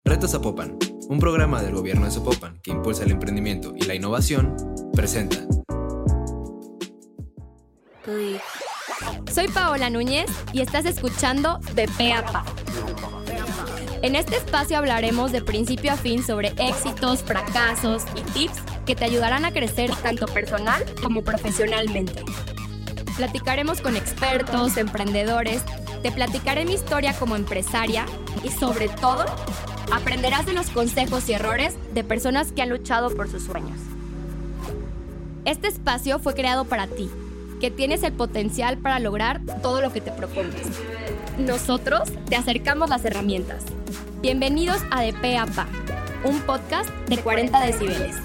Reto Zapopan, un programa del gobierno de Zapopan que impulsa el emprendimiento y la innovación, presenta. Soy Paola Núñez y estás escuchando De Pe a Pa. En este espacio hablaremos de principio a fin sobre éxitos, fracasos y tips que te ayudarán a crecer tanto personal como profesionalmente. Platicaremos con expertos, emprendedores, te platicaré mi historia como empresaria y sobre todo, aprenderás de los consejos y errores de personas que han luchado por sus sueños. Este espacio fue creado para ti, que tienes el potencial para lograr todo lo que te propongas. Nosotros te acercamos las herramientas. Bienvenidos a De Pe a Pa, un podcast de 40 decibeles.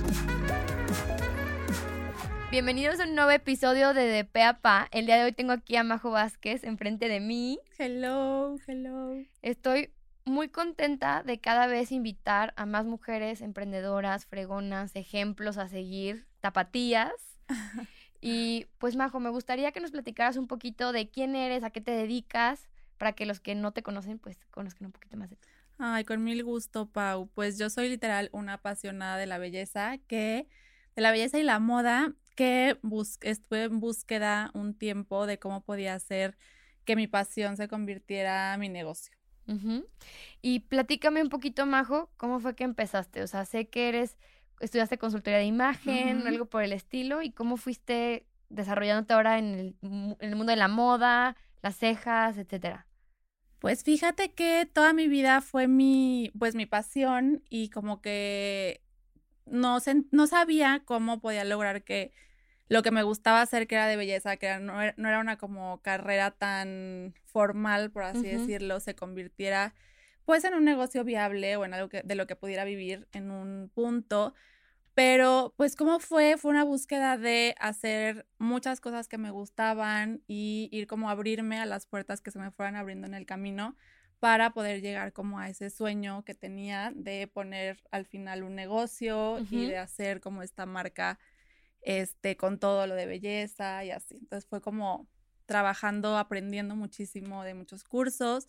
Bienvenidos a un nuevo episodio de Pe a Pa. El día de hoy tengo aquí a Majo Vázquez enfrente de mí. Hello. Estoy muy contenta de cada vez invitar a más mujeres emprendedoras, fregonas, ejemplos a seguir, tapatías. Y pues Majo, me gustaría que nos platicaras un poquito de quién eres, a qué te dedicas, para que los que no te conocen, pues conozcan un poquito más de ti. Ay, con mil gusto, Pau. Pues yo soy literal una apasionada de la belleza, de la belleza y la moda, que estuve en búsqueda un tiempo de cómo podía hacer que mi pasión se convirtiera en mi negocio. Uh-huh. Y platícame un poquito, Majo, ¿cómo fue que empezaste? O sea, sé que estudiaste consultoría de imagen, Uh-huh. algo por el estilo, ¿y cómo fuiste desarrollándote ahora en el mundo de la moda, las cejas, etcétera? Pues fíjate que toda mi vida fue mi pasión y como que no sabía cómo podía lograr que lo que me gustaba hacer, que era de belleza, no era una como carrera tan formal, por así Uh-huh. decirlo, se convirtiera pues en un negocio viable o en algo de lo que pudiera vivir en un punto. Pero pues ¿cómo fue? Fue una búsqueda de hacer muchas cosas que me gustaban y ir como a abrirme a las puertas que se me fueran abriendo en el camino para poder llegar como a ese sueño que tenía de poner al final un negocio Uh-huh. y de hacer como esta marca con todo lo de belleza y así. Entonces fue como trabajando, aprendiendo muchísimo de muchos cursos,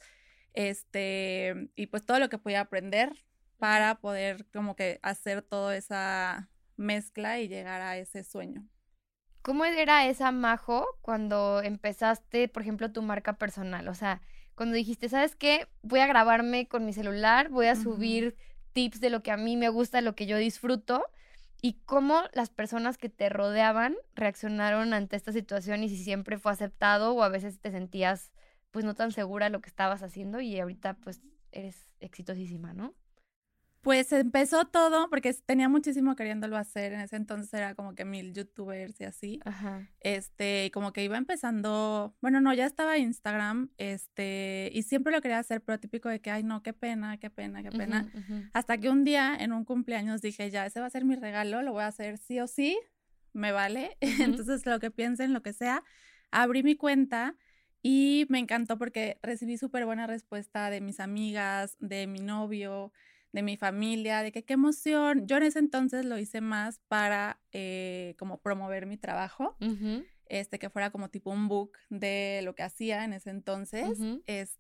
y pues todo lo que podía aprender para poder como que hacer toda esa mezcla y llegar a ese sueño. ¿Cómo era esa Majo cuando empezaste, por ejemplo, tu marca personal? O sea, cuando dijiste, ¿sabes qué? Voy a grabarme con mi celular, voy a subir tips de lo que a mí me gusta, lo que yo disfruto. ¿Y cómo las personas que te rodeaban reaccionaron ante esta situación y si siempre fue aceptado o a veces te sentías pues no tan segura de lo que estabas haciendo y ahorita pues eres exitosísima, ¿no? Pues empezó todo porque tenía muchísimo queriéndolo hacer. En ese entonces era como que 1000 youtubers y así. Ajá. Como que iba empezando, bueno, no, ya estaba Instagram, y siempre lo quería hacer, pero típico de que, ay, no, qué pena. Uh-huh, uh-huh. Hasta que un día en un cumpleaños dije, ya, ese va a ser mi regalo, lo voy a hacer sí o sí, me vale. Uh-huh. Entonces, lo que piensen, lo que sea, abrí mi cuenta y me encantó porque recibí súper buena respuesta de mis amigas, de mi novio, de mi familia, de que qué emoción. Yo en ese entonces lo hice más para como promover mi trabajo, Uh-huh. que fuera como tipo un book de lo que hacía en ese entonces. Uh-huh.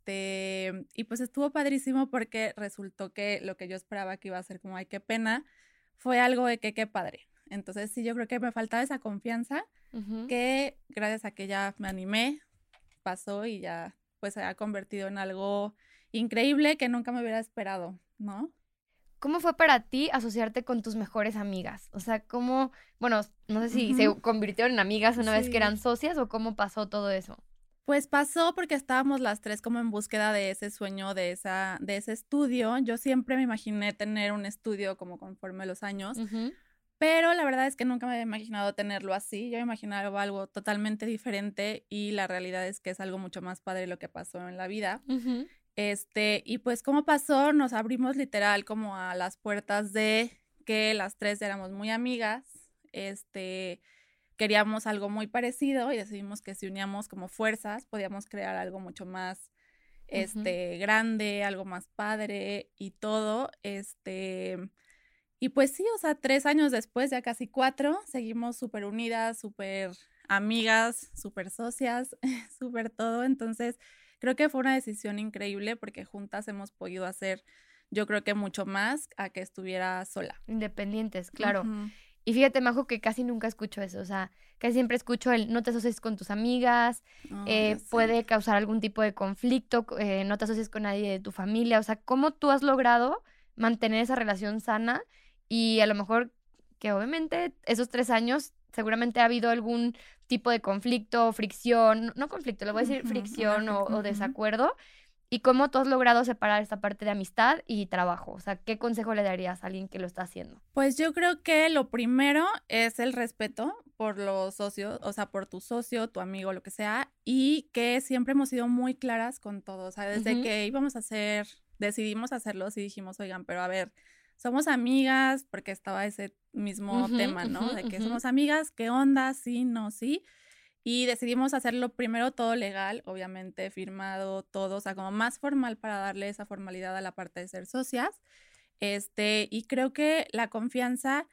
Y pues estuvo padrísimo porque resultó que lo que yo esperaba que iba a ser como, ay, qué pena, fue algo de que qué padre. Entonces sí, yo creo que me faltaba esa confianza Uh-huh. que gracias a que ya me animé, pasó y ya pues se ha convertido en algo increíble que nunca me hubiera esperado, ¿no? ¿Cómo fue para ti asociarte con tus mejores amigas? O sea, bueno, no sé si se convirtieron en amigas una vez que eran socias o cómo pasó todo eso. Pues pasó porque estábamos las tres como en búsqueda de ese sueño, de ese estudio. Yo siempre me imaginé tener un estudio como conforme los años, Uh-huh. pero la verdad es que nunca me había imaginado tenerlo así. Yo me imaginaba algo totalmente diferente y la realidad es que es algo mucho más padre lo que pasó en la vida. Uh-huh. Y pues ¿cómo pasó? Nos abrimos literal como a las puertas de que las tres éramos muy amigas, queríamos algo muy parecido y decidimos que si uníamos como fuerzas podíamos crear algo mucho más, Uh-huh. grande, algo más padre y todo, y pues sí, o sea, 3 años después, ya casi 4, seguimos súper unidas, súper amigas, súper socias, súper todo. Entonces, creo que fue una decisión increíble porque juntas hemos podido hacer yo creo que mucho más a que estuviera sola. Independientes, claro. Y fíjate, Majo, que casi nunca escucho eso, o sea, casi siempre escucho el no te asocies con tus amigas, puede causar algún tipo de conflicto, no te asocies con nadie de tu familia, o sea, ¿cómo tú has logrado mantener esa relación sana? Y a lo mejor que obviamente esos 3 años seguramente ha habido algún tipo de conflicto, fricción, no conflicto, le voy a decir fricción o desacuerdo. ¿Y cómo tú has logrado separar esta parte de amistad y trabajo? O sea, ¿qué consejo le darías a alguien que lo está haciendo? Pues yo creo que lo primero es el respeto por los socios, o sea, por tu socio, tu amigo, lo que sea, y que siempre hemos sido muy claras con todo. O sea, desde que decidimos hacerlo, sí dijimos, oigan, pero a ver, somos amigas, porque estaba ese mismo tema, ¿no? De que somos amigas, ¿qué onda? Sí, no, sí. Y decidimos hacerlo primero todo legal, obviamente firmado todo, o sea, como más formal para darle esa formalidad a la parte de ser socias. Y creo que la confianza,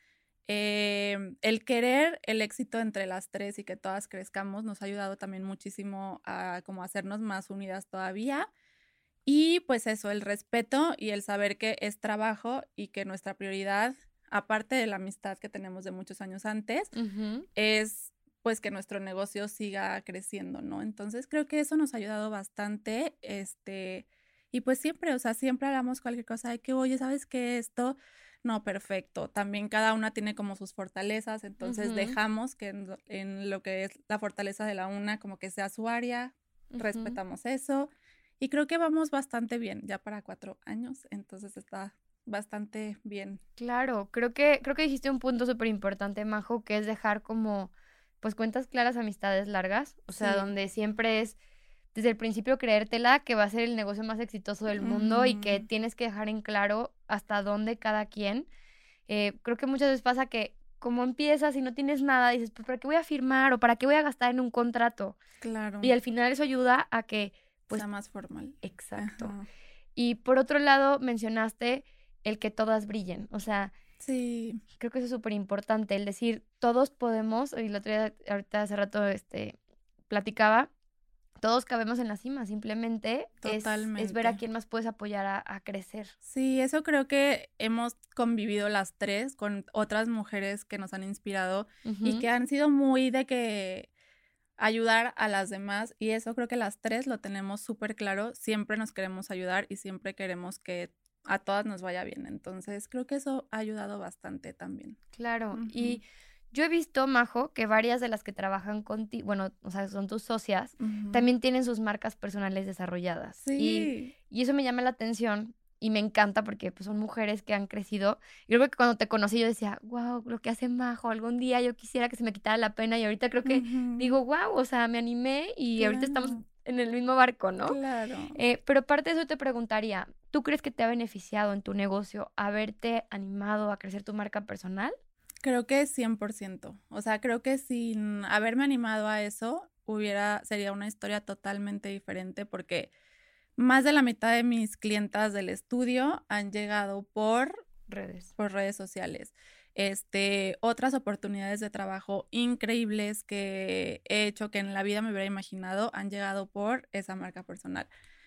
el querer el éxito entre las tres y que todas crezcamos nos ha ayudado también muchísimo a como hacernos más unidas todavía. Y pues eso, el respeto y el saber que es trabajo y que nuestra prioridad, aparte de la amistad que tenemos de muchos años antes, es pues que nuestro negocio siga creciendo, ¿no? Entonces creo que eso nos ha ayudado bastante, y pues siempre, o sea, siempre hablamos cualquier cosa de que, oye, ¿sabes qué? Esto, no, perfecto. También cada una tiene como sus fortalezas, entonces dejamos que en lo que es la fortaleza de la una, como que sea su área, respetamos eso, y creo que vamos bastante bien, ya para 4 años, entonces está bastante bien. Claro, creo que dijiste un punto súper importante, Majo, que es dejar como pues cuentas claras, amistades largas, o sea, donde siempre es desde el principio creértela que va a ser el negocio más exitoso del mundo y que tienes que dejar en claro hasta dónde cada quien. Creo que muchas veces pasa que como empiezas y no tienes nada, dices, pues ¿para qué voy a firmar o para qué voy a gastar en un contrato? Claro. Y al final eso ayuda a que pues sea más formal. Exacto. Y por otro lado mencionaste el que todas brillen, o sea, sí, creo que eso es súper importante, el decir, todos podemos, y el otro día, ahorita hace rato, platicaba, todos cabemos en la cima, simplemente es ver a quién más puedes apoyar a crecer. Sí, eso creo que hemos convivido las tres con otras mujeres que nos han inspirado y que han sido muy de que ayudar a las demás, y eso creo que las tres lo tenemos súper claro, siempre nos queremos ayudar y siempre queremos que a todas nos vaya bien, entonces creo que eso ha ayudado bastante también. Claro, y yo he visto, Majo, que varias de las que trabajan contigo, bueno, o sea, son tus socias, también tienen sus marcas personales desarrolladas. Sí. Y eso me llama la atención y me encanta porque pues, son mujeres que han crecido. Y creo que cuando te conocí yo decía, wow, lo que hace Majo, algún día yo quisiera que se me quitara la pena, y ahorita creo que digo, wow, o sea, me animé y ahorita estamos en el mismo barco, ¿no? Claro. Pero aparte de eso te preguntaría, ¿tú crees que te ha beneficiado en tu negocio haberte animado a crecer tu marca personal? Creo que 100%. O sea, creo que sin haberme animado a eso, sería una historia totalmente diferente, porque más de la mitad de mis clientas del estudio han llegado por redes sociales. Otras oportunidades de trabajo increíbles que he hecho que en la vida me hubiera imaginado han llegado por esa marca personal.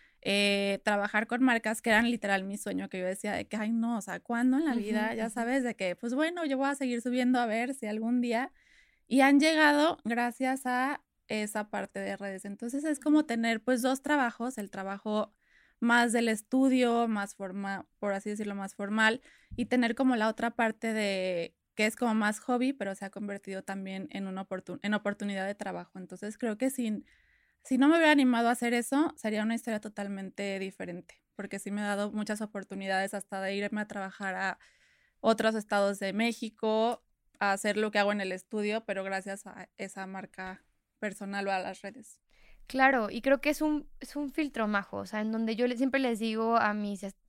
Trabajar con marcas que eran literal mi sueño, que yo decía de que, ay no, o sea, ¿cuándo en la vida? Ya sabes, de que, pues bueno, yo voy a seguir subiendo a ver si algún día, y han llegado gracias a esa parte de redes. Entonces es como tener pues 2 trabajos, el trabajo más del estudio, más formal, por así decirlo, más formal, y tener como la otra parte de que es como más hobby, pero se ha convertido también en una oportunidad de trabajo. Entonces creo que si no me hubiera animado a hacer eso, sería una historia totalmente diferente, porque sí me ha dado muchas oportunidades hasta de irme a trabajar a otros estados de México, a hacer lo que hago en el estudio, pero gracias a esa marca personal o a las redes. Claro, y creo que es un filtro, Majo, o sea, en donde yo siempre les digo a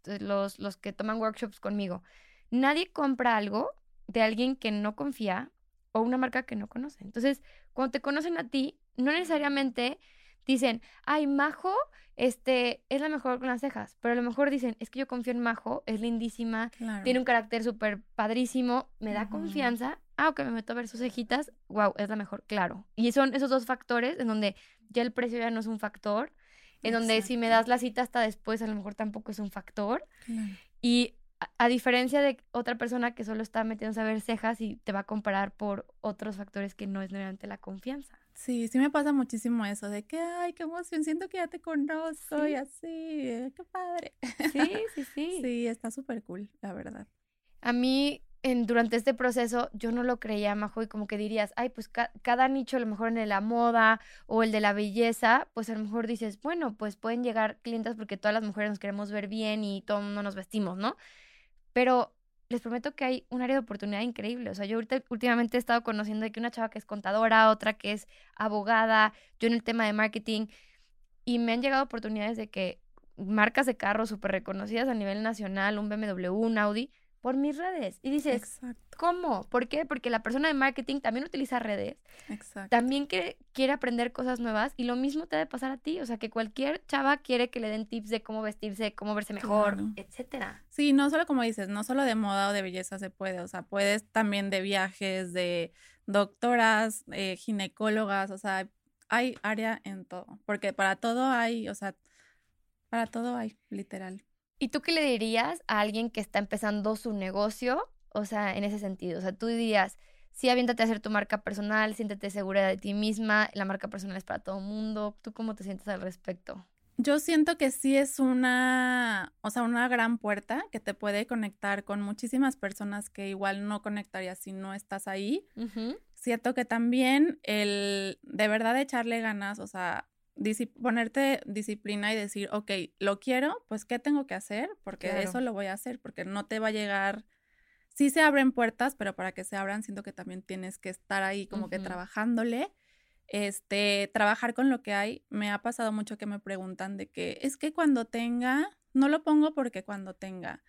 los que toman workshops conmigo, nadie compra algo de alguien que no confía o una marca que no conoce. Entonces, cuando te conocen a ti, no necesariamente dicen, ay, Majo, es la mejor con las cejas, pero a lo mejor dicen, es que yo confío en Majo, es lindísima, tiene un carácter súper padrísimo, me da confianza, ok, me meto a ver sus cejitas, wow, es la mejor, claro. Y son esos 2 factores en donde ya el precio ya no es un factor, en donde si me das la cita hasta después, a lo mejor tampoco es un factor. Y a diferencia de otra persona que solo está metiéndose a ver cejas y te va a comparar por otros factores que no es realmente la confianza. Sí, sí me pasa muchísimo eso de que, ay, qué emoción, siento que ya te conozco Sí. y así, qué padre. Sí. Sí, está súper cool, la verdad. A mí, durante este proceso, yo no lo creía, Majo, y como que dirías, ay, pues cada nicho, a lo mejor en el de la moda o el de la belleza, pues a lo mejor dices, bueno, pues pueden llegar clientas porque todas las mujeres nos queremos ver bien y todo el mundo nos vestimos, ¿no? Pero les prometo que hay un área de oportunidad increíble. O sea, yo ahorita últimamente he estado conociendo de que una chava que es contadora, otra que es abogada, yo en el tema de marketing, y me han llegado oportunidades de que marcas de carros súper reconocidas a nivel nacional, un BMW, un Audi, por mis redes. Y dices, Exacto, ¿cómo? ¿Por qué? Porque la persona de marketing también utiliza redes, exacto. también quiere aprender cosas nuevas y lo mismo te debe pasar a ti. O sea, que cualquier chava quiere que le den tips de cómo vestirse, cómo verse mejor, Claro. etcétera. Sí, no solo como dices, no solo de moda o de belleza se puede, o sea, puedes también de viajes, de doctoras, ginecólogas, o sea, hay área en todo, porque para todo hay, o sea, para todo hay, literal. ¿Y tú qué le dirías a alguien que está empezando su negocio? O sea, en ese sentido, o sea, tú dirías, sí, aviéntate a hacer tu marca personal, siéntete segura de ti misma, la marca personal es para todo mundo. ¿Tú cómo te sientes al respecto? Yo siento que sí es una, o sea, una gran puerta que te puede conectar con muchísimas personas que igual no conectarías si no estás ahí. Siento que también el de verdad echarle ganas, o sea, ponerte disciplina y decir, ok, lo quiero, pues ¿qué tengo que hacer? Porque Claro. eso lo voy a hacer, porque no te va a llegar, sí se abren puertas, pero para que se abran siento que también tienes que estar ahí como que trabajándole. Trabajar con lo que hay. Me ha pasado mucho que me preguntan de que es que cuando tenga, no lo pongo porque cuando tenga,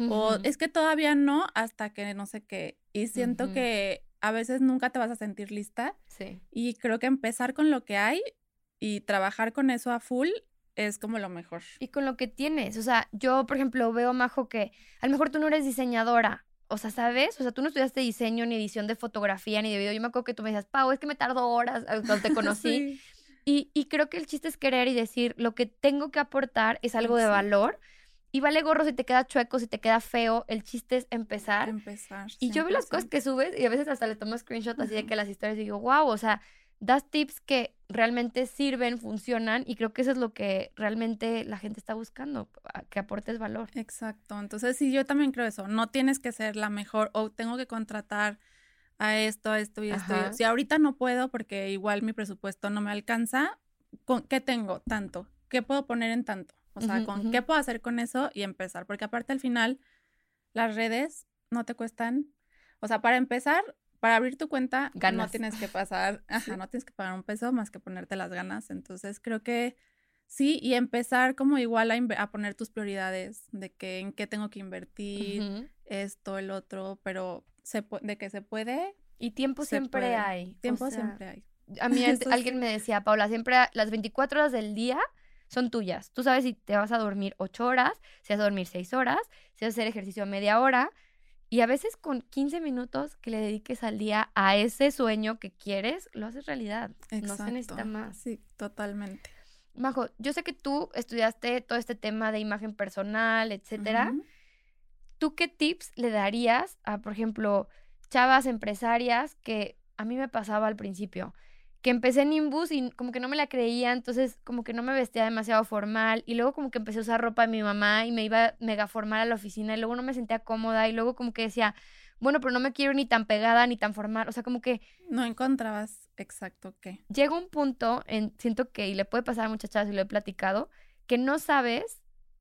o es que todavía no hasta que no sé qué. Y siento que a veces nunca te vas a sentir lista Sí. y creo que empezar con lo que hay y trabajar con eso a full es como lo mejor. Y con lo que tienes, o sea, yo, por ejemplo, veo, Majo, que a lo mejor tú no eres diseñadora, o sea, ¿sabes? O sea, tú no estudiaste diseño, ni edición de fotografía, ni de video. Yo me acuerdo que tú me decías, Pau, es que me tardo horas cuando te conocí. Sí. Y creo que el chiste es querer y decir, lo que tengo que aportar es algo de Exacto. valor. Y vale gorro si te queda chueco, si te queda feo. El chiste es empezar. Y yo veo las cosas 100%. que subes y a veces hasta le tomo screenshot así de que las historias y digo, wow, o sea, das tips que realmente sirven, funcionan y creo que eso es lo que realmente la gente está buscando, que aportes valor. Exacto. Entonces, sí, yo también creo eso. No tienes que ser la mejor o tengo que contratar a esto y esto. Ajá. Si ahorita no puedo porque igual mi presupuesto no me alcanza, ¿qué tengo? Tanto. ¿Qué puedo poner en tanto? O sea, ¿qué puedo hacer con eso y empezar? Porque aparte al final las redes no te cuestan. O sea, para empezar, para abrir tu cuenta Ganas. no tienes que pasar, no tienes que pagar un peso más que ponerte las ganas. Entonces creo que sí, y empezar como igual a poner tus prioridades de que en qué tengo que invertir, esto, el otro, pero de que se puede. Y tiempo siempre puede. hay. Tiempo o sea, siempre hay. A mí Eso alguien sí. me decía, Paula, siempre las 24 horas del día son tuyas. Tú sabes si te vas a dormir 8 horas, si vas a dormir 6 horas, si vas a hacer ejercicio media hora. Y a veces con 15 minutos que le dediques al día a ese sueño que quieres, lo haces realidad. No se necesita más. Sí, totalmente. Majo, yo sé que tú estudiaste todo este tema de imagen personal, etcétera. Ujú. ¿Tú qué tips le darías a, por ejemplo, chavas empresarias que a mí me pasaba al principio? Que empecé en Nimbus y como que no me la creía, entonces como que no me vestía demasiado formal y luego como que empecé a usar ropa de mi mamá y me iba mega formal a la oficina y luego no me sentía cómoda y luego como que decía, bueno, pero no me quiero ni tan pegada ni tan formal, o sea, como que No encontrabas exacto qué. llega un punto, siento que, y le puede pasar a muchas chavas y lo he platicado, que no sabes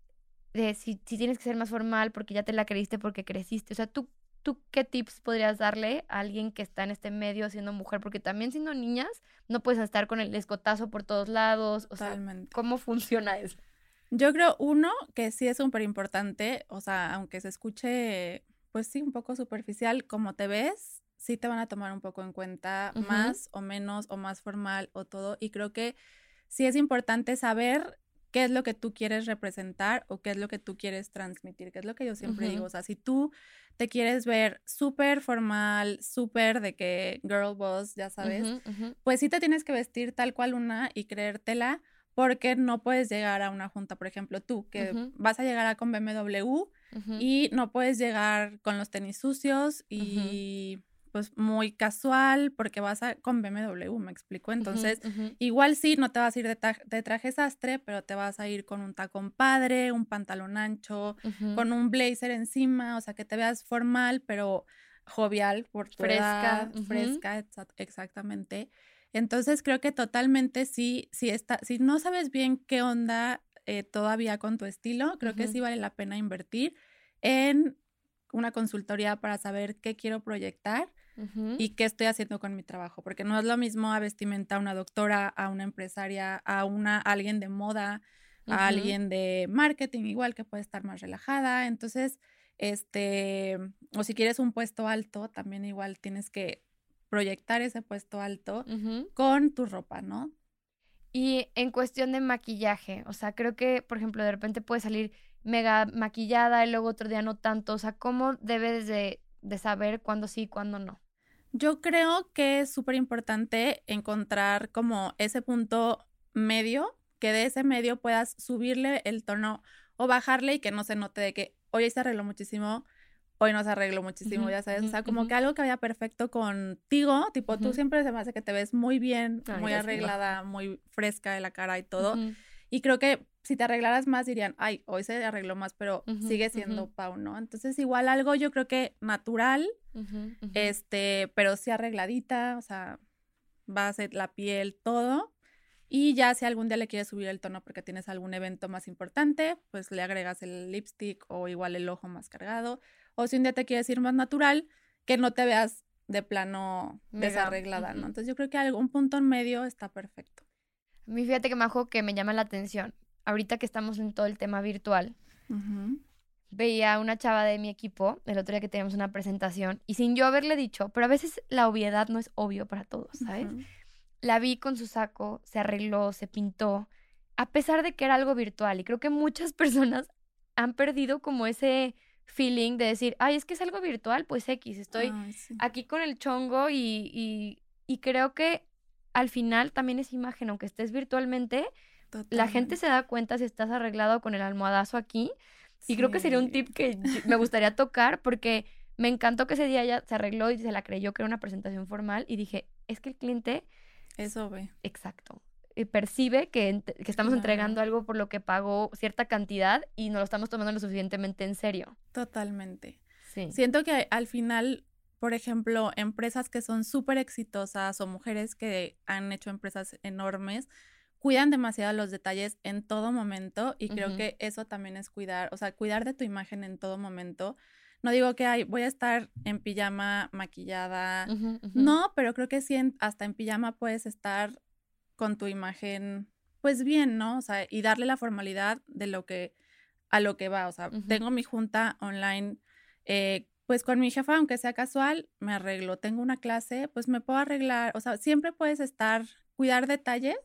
de si tienes que ser más formal porque ya te la creíste porque creciste, o sea, ¿tú qué tips podrías darle a alguien que está en este medio siendo mujer? Porque también siendo niñas no puedes estar con el escotazo por todos lados. O Totalmente. sea, ¿cómo funciona eso? Yo creo, uno, que sí es súper importante, o sea, aunque se escuche, pues sí, un poco superficial, como te ves, sí te van a tomar un poco en cuenta, más o menos, o más formal, o todo. Y creo que sí es importante saber qué es lo que tú quieres representar o qué es lo que tú quieres transmitir, que es lo que yo siempre digo. O sea, si tú te quieres ver súper formal, súper de que girl boss, ya sabes, pues sí te tienes que vestir tal cual una y creértela, porque no puedes llegar a una junta, por ejemplo, tú, que vas a llegar a con BMW y no puedes llegar con los tenis sucios y pues muy casual porque vas con BMW, me explico. Entonces, igual sí, no te vas a ir de traje sastre, pero te vas a ir con un tacón padre, un pantalón ancho, con un blazer encima, o sea, que te veas formal, pero jovial por tu edad, fresca, exactamente. Entonces, creo que totalmente si no sabes bien qué onda todavía con tu estilo, creo que sí vale la pena invertir en una consultoría para saber qué quiero proyectar y qué estoy haciendo con mi trabajo, porque no es lo mismo a vestimenta a una doctora, a una empresaria, a alguien de moda, a alguien de marketing, igual que puede estar más relajada. Entonces, o si quieres un puesto alto, también igual tienes que proyectar ese puesto alto con tu ropa, ¿no? Y en cuestión de maquillaje, o sea, creo que, por ejemplo, de repente puede salir mega maquillada y luego otro día no tanto, o sea, ¿cómo debes de saber cuándo sí y cuándo no? Yo creo que es súper importante encontrar como ese punto medio, que de ese medio puedas subirle el tono o bajarle y que no se note de que hoy se arregló muchísimo, hoy no se arregló muchísimo, ya sabes, o sea, como que algo que vaya perfecto contigo, tipo tú siempre se me hace que te ves muy bien, muy arreglada, muy fresca de la cara y todo, y creo que si te arreglaras más dirían, ay, hoy se arregló más, pero sigue siendo Pau, ¿no? Entonces igual algo yo creo que natural, pero sí arregladita, o sea, va a ser la piel, todo. Y ya si algún día le quieres subir el tono porque tienes algún evento más importante, pues le agregas el lipstick o igual el ojo más cargado. O si un día te quieres ir más natural, que no te veas de plano desarreglada, ¿no? Entonces yo creo que algún punto en medio está perfecto. A mí fíjate que me llama la atención. Ahorita que estamos en todo el tema virtual, veía a una chava de mi equipo, el otro día que teníamos una presentación, y sin yo haberle dicho, pero a veces la obviedad no es obvio para todos, ¿sabes? La vi con su saco, se arregló, se pintó, a pesar de que era algo virtual. Y creo que muchas personas han perdido como ese feeling de decir, ay, es que es algo virtual, pues X, estoy aquí con el chongo y creo que al final también es imagen, aunque estés virtualmente, la gente se da cuenta si estás arreglado con el almohadazo aquí. Y creo que sería un tip que me gustaría tocar porque me encantó que ese día ella se arregló y se la creyó que era una presentación formal y dije, es que el cliente... Eso ve. Exacto. Percibe que estamos entregando algo por lo que pagó cierta cantidad y no lo estamos tomando lo suficientemente en serio. Totalmente. Sí. Siento que al final, por ejemplo, empresas que son súper exitosas o mujeres que han hecho empresas enormes, cuidan demasiado los detalles en todo momento y creo que eso también es cuidar, o sea, cuidar de tu imagen en todo momento. No digo que voy a estar en pijama maquillada, no, pero creo que sí, hasta en pijama puedes estar con tu imagen, pues bien, ¿no? O sea, y darle la formalidad de a lo que va. O sea, tengo mi junta online, pues con mi jefa, aunque sea casual, me arreglo. Tengo una clase, pues me puedo arreglar. O sea, siempre puedes cuidar detalles,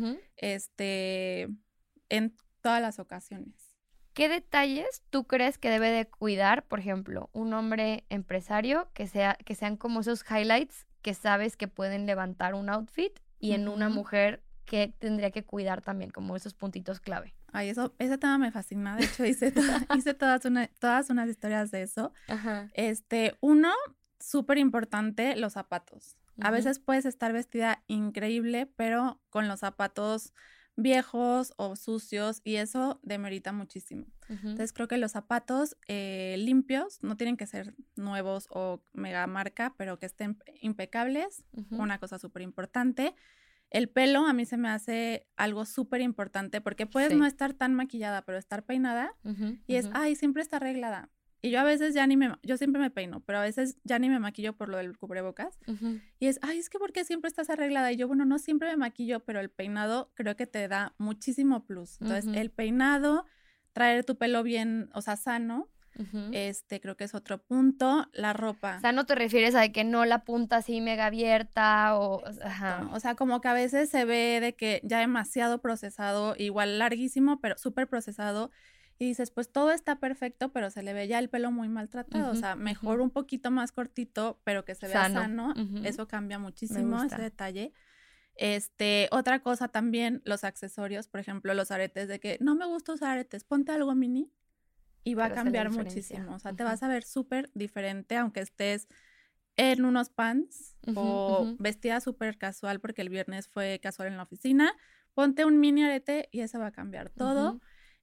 en todas las ocasiones. ¿Qué detalles tú crees que debe de cuidar, por ejemplo, un hombre empresario que sean como esos highlights que sabes que pueden levantar un outfit y en una mujer que tendría que cuidar también como esos puntitos clave? Ay, ese tema me fascina. De hecho, hice todas unas historias de eso. Uno, súper importante, los zapatos. A veces puedes estar vestida increíble, pero con los zapatos viejos o sucios y eso demerita muchísimo. Entonces creo que los zapatos limpios, no tienen que ser nuevos o mega marca, pero que estén impecables, una cosa súper importante. El pelo a mí se me hace algo súper importante porque puedes no estar tan maquillada, pero estar peinada y ay, siempre está arreglada. Y yo a veces yo siempre me peino, pero a veces ya ni me maquillo por lo del cubrebocas. Y ay, es que ¿por qué siempre estás arreglada? Y yo, bueno, no siempre me maquillo, pero el peinado creo que te da muchísimo plus. Entonces, el peinado, traer tu pelo bien, o sea, sano, creo que es otro punto. La ropa. Sano te refieres a que no la punta así mega abierta o... O sea, como que a veces se ve de que ya demasiado procesado, igual larguísimo, pero súper procesado. Y dices, pues todo está perfecto, pero se le ve ya el pelo muy maltratado. O sea, mejor un poquito más cortito, pero que se vea sano. Eso cambia muchísimo, ese detalle. Otra cosa también, los accesorios, por ejemplo, los aretes, de que no me gusta usar aretes, ponte algo mini. y va a Pero hace la cambiar diferencia. muchísimo. O sea, te vas a ver súper diferente aunque estés en unos pants o vestida súper casual porque el viernes fue casual en la oficina. Ponte un mini arete y eso va a cambiar todo.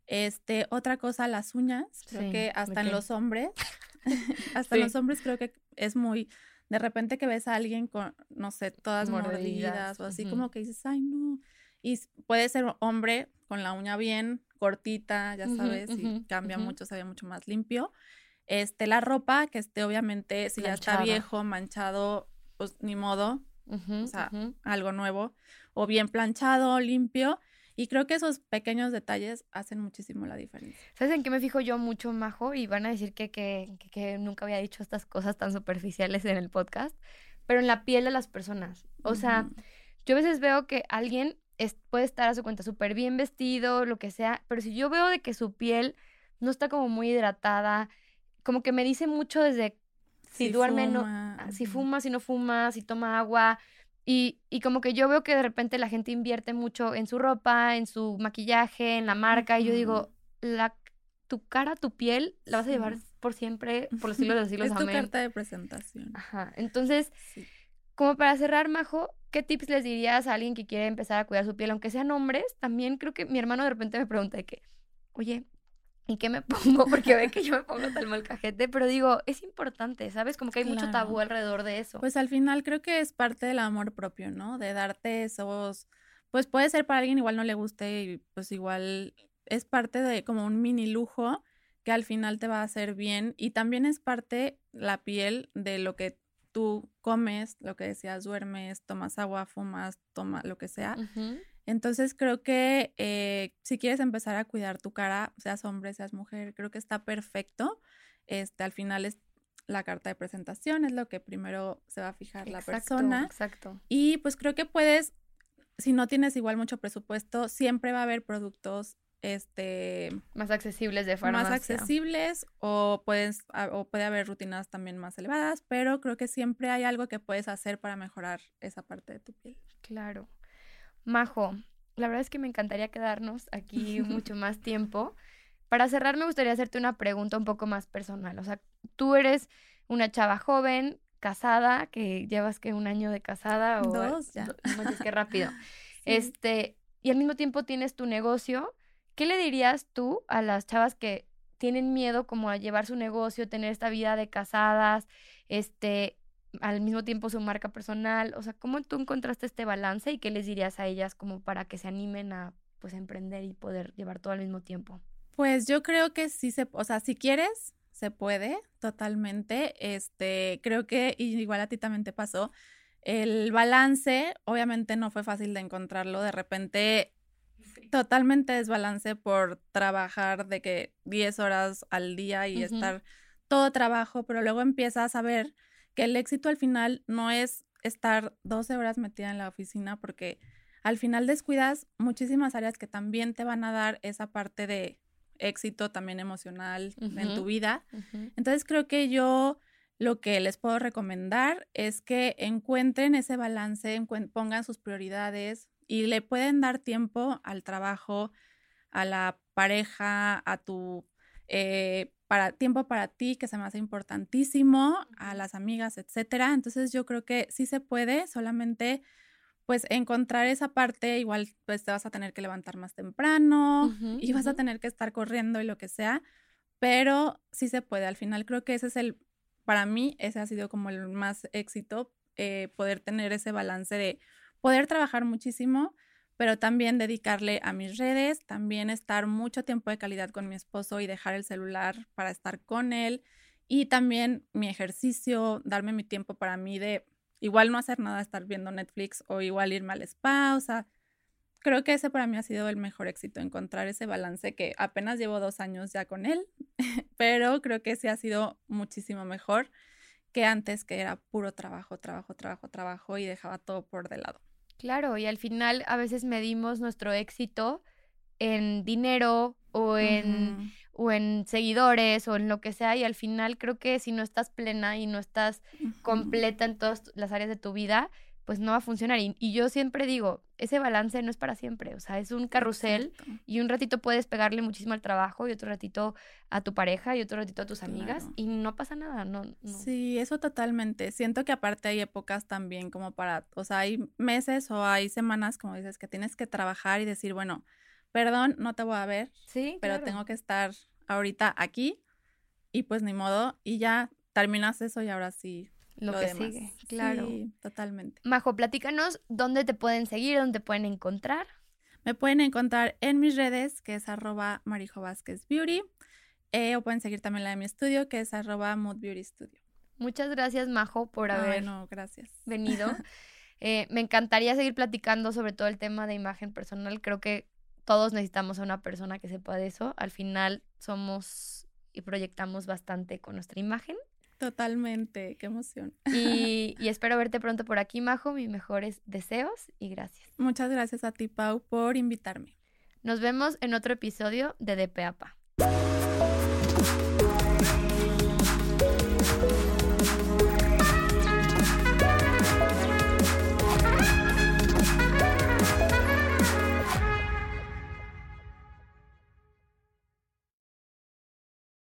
Otra cosa, las uñas. Creo que hasta en los hombres, hasta en los hombres creo que es muy, de repente que ves a alguien con, no sé, todas mordidas o así como que dices, ay, no. Y puede ser hombre con la uña bien cortita, ya sabes, y cambia mucho, se ve mucho más limpio. La ropa, que obviamente, si ya está viejo, manchado, pues ni modo, o sea, algo nuevo, o bien planchado, limpio, y creo que esos pequeños detalles hacen muchísimo la diferencia. ¿Sabes en qué me fijo yo mucho, Majo? Y van a decir que nunca había dicho estas cosas tan superficiales en el podcast, pero en la piel de las personas. O sea, yo a veces veo que alguien puede estar a su cuenta súper bien vestido, lo que sea, pero si yo veo de que su piel no está como muy hidratada, como que me dice mucho desde si duerme, si fuma, si no fuma, si toma agua. Y como que yo veo que de repente la gente invierte mucho en su ropa, en su maquillaje, en la marca. Y yo digo, tu cara, tu piel, la vas a llevar por siempre, por los siglos de los siglos. Es tu carta de presentación. Ajá. Entonces, como para cerrar, Majo, ¿qué tips les dirías a alguien que quiere empezar a cuidar su piel? Aunque sean hombres, también creo que mi hermano de repente me pregunta de que, oye, ¿y qué me pongo? Porque ve que yo me pongo tal molcajete, pero digo, es importante, ¿sabes? Como que hay mucho tabú alrededor de eso. Pues al final creo que es parte del amor propio, ¿no? De darte esos, pues puede ser para alguien igual no le guste y pues igual es parte de como un mini lujo que al final te va a hacer bien y también es parte la piel de lo que tú comes, lo que decías, duermes, tomas agua, fumas, toma lo que sea. Entonces creo que si quieres empezar a cuidar tu cara, seas hombre, seas mujer, creo que está perfecto. Al final es la carta de presentación, es lo que primero se va a fijar la persona. Exacto. Y pues creo que puedes, si no tienes igual mucho presupuesto, siempre va a haber productos más accesibles de farmacia. Más accesibles o puede haber rutinas también más elevadas, pero creo que siempre hay algo que puedes hacer para mejorar esa parte de tu piel. Claro. Majo, la verdad es que me encantaría quedarnos aquí mucho más tiempo. Para cerrar, me gustaría hacerte una pregunta un poco más personal. O sea, tú eres una chava joven, casada, que llevas que 1 año de casada o 2 ya. No, es que rápido. Sí. Y al mismo tiempo tienes tu negocio. ¿Qué le dirías tú a las chavas que tienen miedo como a llevar su negocio, tener esta vida de casadas, al mismo tiempo su marca personal? O sea, ¿cómo tú encontraste este balance y qué les dirías a ellas como para que se animen a pues emprender y poder llevar todo al mismo tiempo? Pues yo creo que sí o sea, si quieres, se puede totalmente. Creo que igual a ti también te pasó. El balance, obviamente no fue fácil de encontrarlo. De repente, totalmente desbalance por trabajar de que 10 horas al día y estar todo trabajo, pero luego empiezas a ver que el éxito al final no es estar 12 horas metida en la oficina, porque al final descuidas muchísimas áreas que también te van a dar esa parte de éxito también emocional en tu vida. Entonces creo que yo lo que les puedo recomendar es que encuentren ese balance, pongan sus prioridades y le pueden dar tiempo al trabajo, a la pareja, a tu tiempo para ti, que se me hace importantísimo, a las amigas, etcétera. Entonces yo creo que sí se puede, solamente pues encontrar esa parte. Igual pues te vas a tener que levantar más temprano y vas a tener que estar corriendo y lo que sea, pero sí se puede. Al final creo que para mí ese ha sido como el más éxito, poder tener ese balance de poder trabajar muchísimo, pero también dedicarle a mis redes, también estar mucho tiempo de calidad con mi esposo y dejar el celular para estar con él, y también mi ejercicio, darme mi tiempo para mí de igual no hacer nada, estar viendo Netflix o igual irme al spa. O sea, creo que ese para mí ha sido el mejor éxito, encontrar ese balance, que apenas llevo 2 años ya con él, pero creo que sí ha sido muchísimo mejor que antes, que era puro trabajo y dejaba todo por de lado. Claro, y al final a veces medimos nuestro éxito en dinero o en seguidores o en lo que sea, y al final creo que si no estás plena y no estás completa en todas las áreas de tu vida, pues no va a funcionar. Y yo siempre digo, ese balance no es para siempre, o sea, es un carrusel. Exacto. Y un ratito puedes pegarle muchísimo al trabajo y otro ratito a tu pareja y otro ratito a tus amigas Claro. y no pasa nada, no. Sí, eso totalmente. Siento que aparte hay épocas también como para, o sea, hay meses o hay semanas, como dices, que tienes que trabajar y decir, bueno, perdón, no te voy a ver, Sí, pero claro. tengo que estar ahorita aquí y pues ni modo, y ya terminas eso y ahora sí Lo lo que demás. sigue, claro. Sí, totalmente. Majo, platícanos dónde te pueden seguir, dónde te pueden encontrar. Me pueden encontrar en mis redes, que es @MarijoVázquezBeauty, o pueden seguir también la de mi estudio, que es @MoodBeautyStudio. Muchas gracias, Majo, por haber Ay, no, gracias. venido. Me encantaría seguir platicando sobre todo el tema de imagen personal. Creo que todos necesitamos a una persona que sepa de eso. Al final somos y proyectamos bastante con nuestra imagen. Totalmente, qué emoción. Y espero verte pronto por aquí, Majo. Mis mejores deseos y gracias. Muchas gracias a ti, Pau, por invitarme. Nos vemos en otro episodio de Pa.